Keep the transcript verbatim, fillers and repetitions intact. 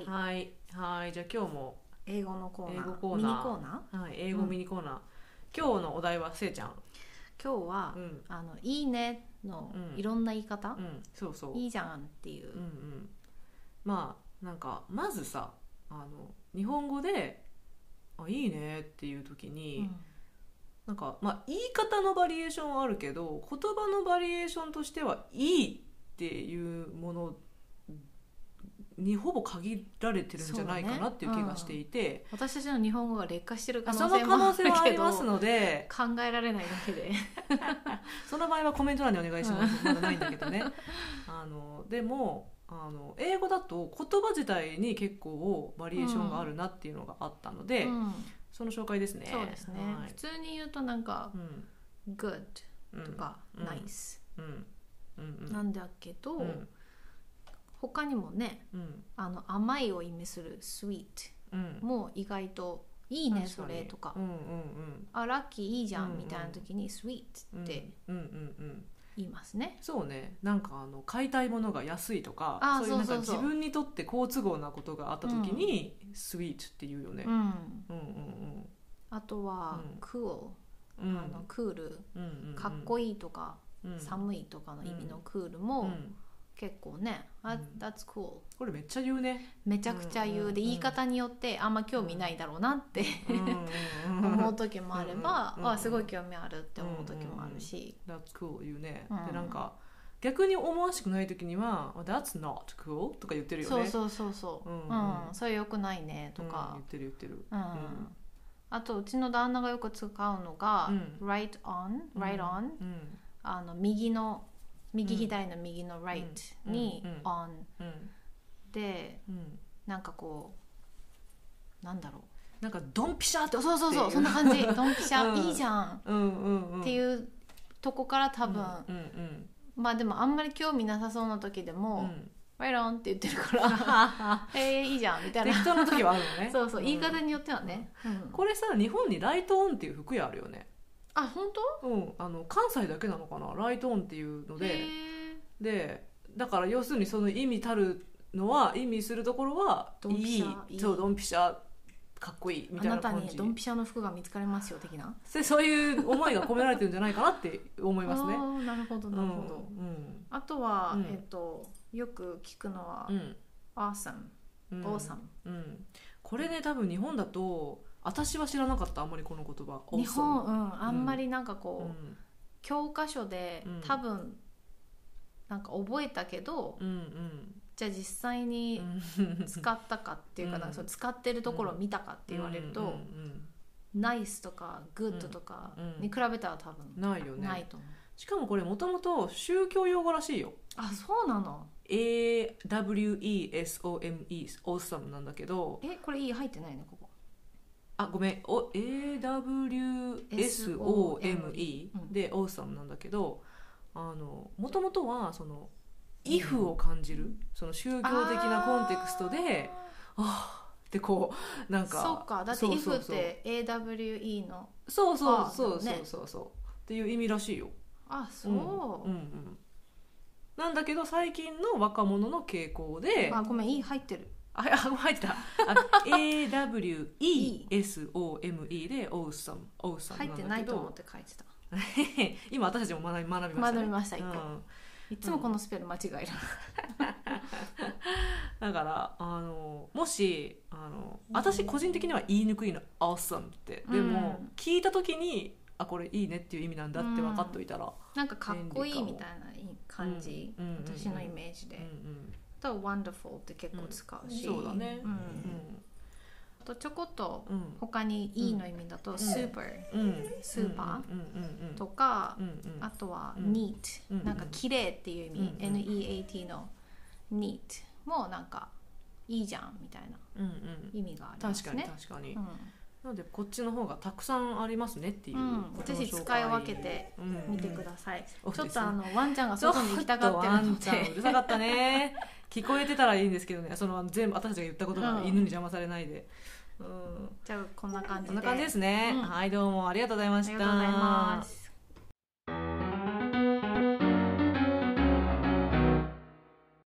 はいはいじゃあ今日も英語のコーナー、 英語コーナーミニコーナー、 はい、英語ミニコーナー、うん、今日のお題はせいちゃん。 今日は、うん、あのいいねのいろんな言い方、 うんうん、そうそういいじゃんっていう、 うんうん、まあなんかまずさあの日本語であいいねっていう時に、うん、なんかまあ言い方のバリエーションはあるけど言葉のバリエーションとしてはいいっていうものにほぼ限られてるんじゃないかなっていう気がしていて、ねうん、 私たちの日本語が劣化してる可能性もその可能性はありますので考えられないだけでその場合はコメント欄にお願いします、うん、まだないんだけどねあのでもあの英語だと言葉自体に結構バリエーションがあるなっていうのがあったので、うん、その紹介ですね。 そうですね、はい、普通に言うとなんか、うん、good とか、うん、nice、うんうんうん、なんだけど、うん他にもね、うん、あの甘いを意味する sweet も意外といいねそれとか、うんうんうん、あラッキーいいじゃん、うんうん、みたいな時に sweet って言いますね、うんうんうん、 そうねなんかあの買いたいものが安いとかそういうなんか自分にとって好都合なことがあった時に、うん、sweet って言うよね、うんうんうんうん、 あとは、うん、cool、うん、あのクール、うんうんうん、かっこいいとか、うん、寒いとかの意味のクールも、うん結構ね、うん、That's cool これめっちゃ言うねめちゃくちゃ言う、うんうん、で言い方によってあんま興味ないだろうなって、うん、思う時もあれば、うんうん、あすごい興味あるって思う時もあるし、 うんうん、That's cool 言うね、うん、でなんか逆に思わしくない時には That's not cool とか言ってるよねそうそうそうそう、うんうんうん、それ良くないねとか、 うん、言ってる言ってる、 うんうん、あとうちの旦那がよく使うのが、うん、right on right on、うん、あの右の右左の右の right に on でなんかこうなんだろうなんかドンピシャってそうそうそうそんな感じドンピシャいいじゃんっていうとこから多分まあでもあんまり興味なさそうな時でも right on って言ってるからえーいいじゃんみたいな適当な時はあるのねそうそう言い方によってはねこれさ日本にライトオンっていう服屋あるよねあ本当？ うん、あの関西だけなのかなライトオンっていうのででだから要するにその意味たるのは意味するところはいいそうドンピシャかっこいいみたいな感じあなたにドンピシャの服が見つかりますよ的なそういう思いが込められてるんじゃないかなって思いますねあなるほどなるほど、うんうん、あとは、うんえー、とよく聞くのは、うん、awesome、うん、awesome、うん、 これね多分日本だと私は知らなかったあんまりこの言葉日本、うん、あんまりなんかこう、うん、教科書で、うん、多分なんか覚えたけど、うんうん、じゃあ実際に使ったかっていうか、うん、なんかそう使ってるところを見たかって言われると、うんうんうん、ナイスとかグッドとかに比べたら多分ないよねないと思うしかもこれもともと宗教用語らしいよあそうなのエーダブリューイーエスオーエムイー awesome なんだけどえこれ E 入ってないのここあごめんお エーダブリューエスオーエムイー で awesome なんだけどあのもともとはその if を感じるその宗教的なコンテクストでああってこうなんかそうかだって if って エーダブリューイー のそうそうそうそうそうそうっていう意味らしいよあそう、うんうんうん、 なんだけど最近の若者の傾向であごめん E 入ってるあ入ってたエーダブリューイーエスオーエムイー で awesome awesome 入ってないと思って書いてた今私たちも学び、学びましたね学びました一回、うん、いつもこのスペル間違える、うん、 だからあのもしあの私個人的には言いにくいの awesome ってでも、うん、聞いた時にあこれいいねっていう意味なんだって分かっといたら、うん、 なんかかっこいいみたいな感じ、うん、私のイメージで、うんうんと wonderful って結構使うし、 うん、そうだね、うんうん、 あとちょこっと他にいいの意味だと、うん、super、うん、スーパーとか、うんうん、あとは neat、うん、なんか綺麗っていう意味、うん、エヌイーエーティー の neat もなんかいいじゃんみたいな意味がありますね、 うんうん、確かに確かに、うんなのでこっちの方がたくさんありますねっていう、うん、 ぜひ使い分けてみてください、うんうん、ちょっとあのワンちゃんが外に行きたがってるのでワンちゃんうるさかったね聞こえてたらいいんですけどねその全部私たちが言ったことが犬に邪魔されないで、うん、 じゃあこんな感じでこんな感じですね、うん、はいどうもありがとうございましたありがとうございます